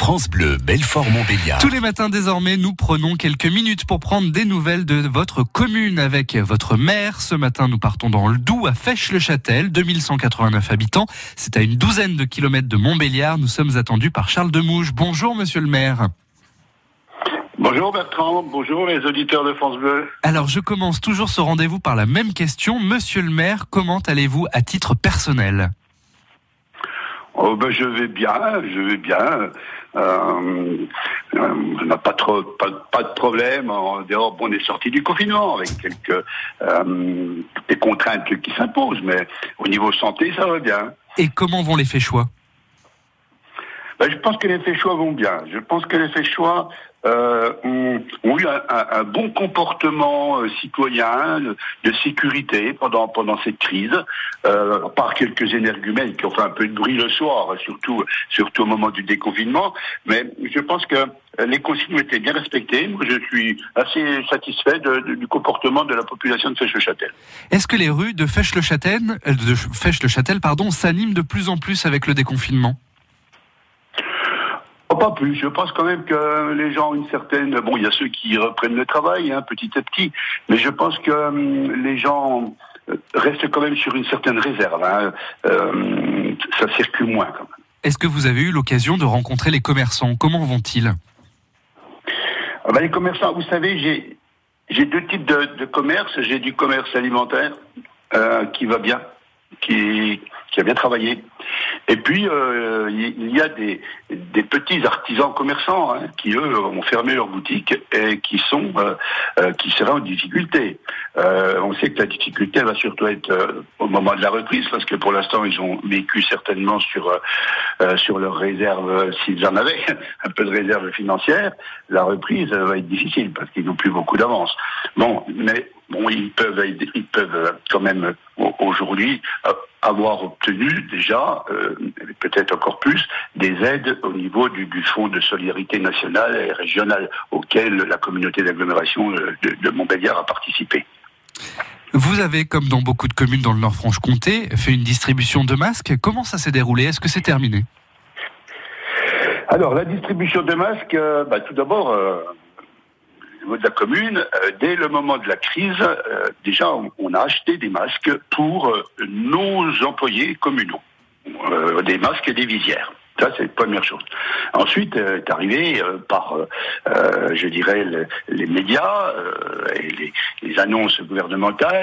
France Bleu, Belfort-Montbéliard. Tous les matins désormais, nous prenons quelques minutes pour prendre des nouvelles de votre commune avec votre maire. Ce matin, nous partons dans le Doubs à Fesches-le-Châtel, 2189 habitants. C'est à une douzaine de kilomètres de Montbéliard. Nous sommes attendus par Charles Demouge. Bonjour monsieur le maire. Bonjour Bertrand, bonjour les auditeurs de France Bleu. Alors je commence toujours ce rendez-vous par la même question. Monsieur le maire, comment allez-vous à titre personnel ? Je vais bien. On n'a pas de problème. En dehors, on est sorti du confinement avec quelques des contraintes qui s'imposent, mais au niveau santé, ça va bien. Et comment vont les Feschois ? Je pense que les Feschois vont bien. Je pense que les Feschois ont eu un bon comportement citoyen, de sécurité pendant cette crise, par quelques énergumènes qui ont fait un peu de bruit le soir, surtout au moment du déconfinement. Mais je pense que les consignes ont été bien respectées. Moi, je suis assez satisfait du comportement de la population de Fesches-le-Châtel. Est-ce que les rues de Fesches-le-Châtel, s'animent de plus en plus avec le déconfinement ? Pas plus. Je pense quand même que les gens ont une certaine... Bon, il y a ceux qui reprennent le travail, petit à petit, mais je pense que les gens restent quand même sur une certaine réserve. Ça circule moins quand même. Est-ce que vous avez eu l'occasion de rencontrer les commerçants ? Comment vont-ils ? Les commerçants, vous savez, j'ai deux types de commerce. J'ai du commerce alimentaire qui va bien, qui a bien travaillé. Et puis, il y a des petits artisans commerçants qui, eux, ont fermé leurs boutiques et qui seraient en difficulté. On sait que la difficulté, elle va surtout être au moment de la reprise, parce que pour l'instant, ils ont vécu certainement sur leurs réserves, s'ils en avaient, un peu de réserve financière. La reprise va être difficile, parce qu'ils n'ont plus beaucoup d'avance. Ils peuvent quand même aujourd'hui avoir obtenu déjà, peut-être encore plus, des aides au niveau du Fonds de solidarité nationale et régionale auquel la communauté d'agglomération de Montbéliard a participé. Vous avez, comme dans beaucoup de communes dans le Nord-Franche-Comté, fait une distribution de masques. Comment ça s'est déroulé ? Est-ce que c'est terminé ? Alors, la distribution de masques, tout d'abord... Au niveau de la commune, dès le moment de la crise, déjà on a acheté des masques pour nos employés communaux, des masques et des visières. Ça, c'est la première chose. Ensuite est arrivé par, les médias et les annonces gouvernementales.